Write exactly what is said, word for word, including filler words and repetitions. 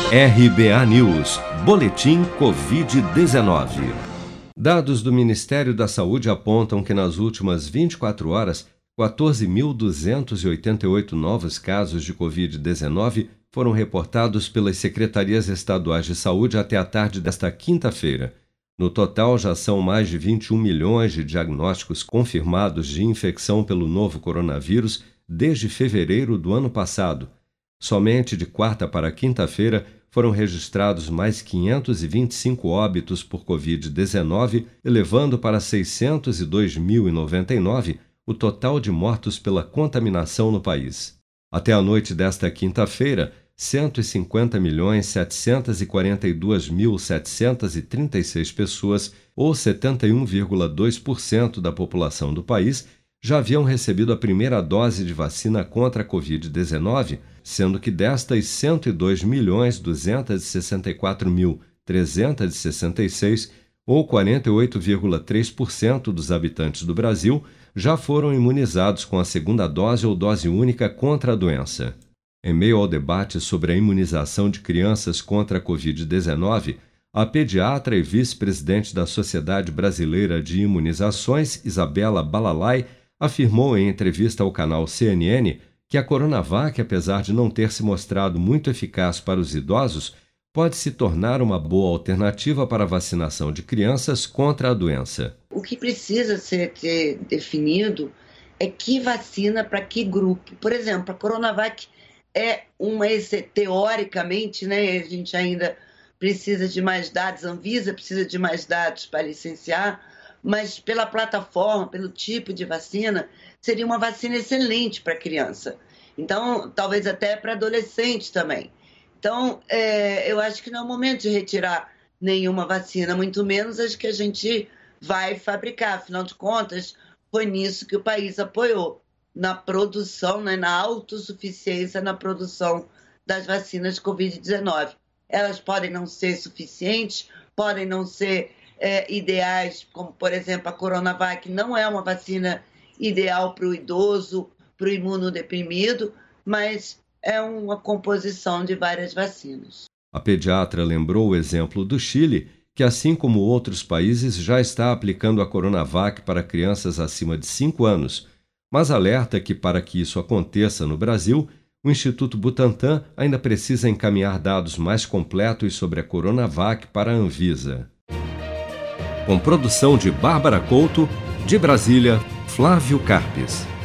R B A News, Boletim covid dezenove. Dados do Ministério da Saúde apontam que nas últimas vinte e quatro horas, quatorze mil duzentos e oitenta e oito novos casos de covid dezenove foram reportados pelas secretarias estaduais de saúde até a tarde desta quinta-feira. No total, já são mais de vinte e um milhões de diagnósticos confirmados de infecção pelo novo coronavírus desde fevereiro do ano passado. Somente de quarta para quinta-feira foram registrados mais quinhentos e vinte e cinco óbitos por covid dezenove, elevando para seiscentos e dois mil e noventa e nove o total de mortos pela contaminação no país. Até a noite desta quinta-feira, cento e cinquenta milhões setecentos e quarenta e dois mil setecentos e trinta e seis pessoas, ou setenta e um vírgula dois por cento da população do país, já haviam recebido a primeira dose de vacina contra a covid dezenove, sendo que destas cento e dois milhões duzentos e sessenta e quatro mil trezentos e sessenta e seis, ou quarenta e oito vírgula três por cento dos habitantes do Brasil, já foram imunizados com a segunda dose ou dose única contra a doença. Em meio ao debate sobre a imunização de crianças contra a covid dezenove, a pediatra e vice-presidente da Sociedade Brasileira de Imunizações, Isabela Balalai, afirmou em entrevista ao canal C N N que a Coronavac, apesar de não ter se mostrado muito eficaz para os idosos, pode se tornar uma boa alternativa para a vacinação de crianças contra a doença. O que precisa ser ter definido é que vacina para que grupo. Por exemplo, a Coronavac é uma, teoricamente, né, a gente ainda precisa de mais dados, a Anvisa precisa de mais dados para licenciar, mas pela plataforma, pelo tipo de vacina, seria uma vacina excelente para criança. Então, talvez até para adolescente também. Então, é, eu acho que não é o momento de retirar nenhuma vacina, muito menos as que a gente vai fabricar. Afinal de contas, foi nisso que o país apoiou, na produção, né, na autossuficiência na produção das vacinas de covid dezenove. Elas podem não ser suficientes, podem não ser é, ideais, como, por exemplo, a Coronavac não é uma vacina ideal para o idoso, para o imunodeprimido, mas é uma composição de várias vacinas. A pediatra lembrou o exemplo do Chile, que, assim como outros países, já está aplicando a Coronavac para crianças acima de cinco anos, mas alerta que, para que isso aconteça no Brasil, o Instituto Butantan ainda precisa encaminhar dados mais completos sobre a Coronavac para a Anvisa. Com produção de Bárbara Couto, de Brasília, Flávio Carpes.